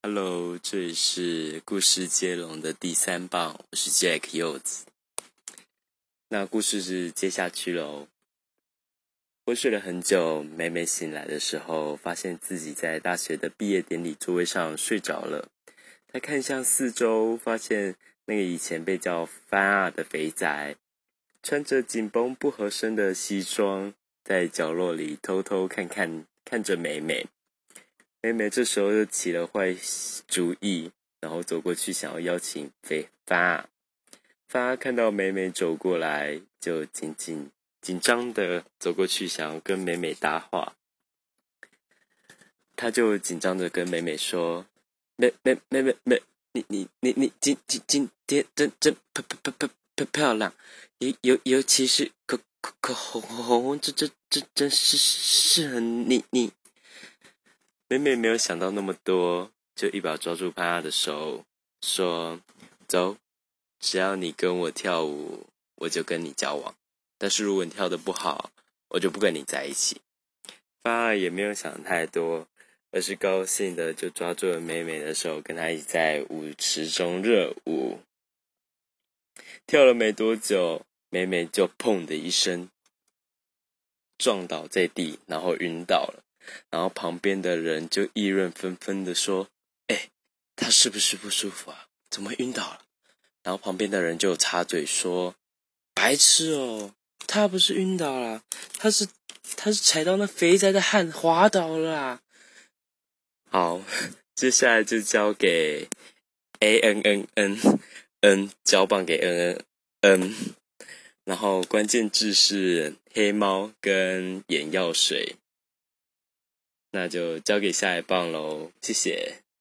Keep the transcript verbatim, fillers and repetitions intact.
Hello，这里是故事接龙的第三棒，我是 Jack 柚子。那故事是接下去咯。我睡了很久，每每醒来的时候，发现自己在大学的毕业典礼座位上睡着了。他看向四周，发现那个以前被叫番啊的肥仔，穿着紧绷不合身的西装，在角落里偷偷看看看着美美。美美这时候就起了坏主意，然后走过去想要邀请肥发。发看到美美走过来，就紧紧紧张的走过去想要跟美美搭话。他就紧张的跟美美说：“美美美美美，你你你你今今今天真真漂漂漂漂漂亮，尤尤尤其是口口口红红，这这这真是适合你你。”美美没有想到那么多，就一把抓住潘阿的手，说：“走，只要你跟我跳舞，我就跟你交往。但是如果你跳得不好，我就不跟你在一起。”潘阿也没有想太多，而是高兴的就抓住了美美的手，跟她一起在舞池中热舞。跳了没多久，美美就砰的一声撞倒在地，然后晕倒了。然后旁边的人就议论纷纷的说：“哎，他是不是不舒服啊？怎么晕倒了？”然后旁边的人就插嘴说：“白痴哦，他不是晕倒了，他是他是踩到那肥仔的汗滑倒了啦。”好，接下来就交给 A N N N N 交棒给 N N N， 然后关键字是黑猫跟眼药水。那就交给下一棒咯，谢谢。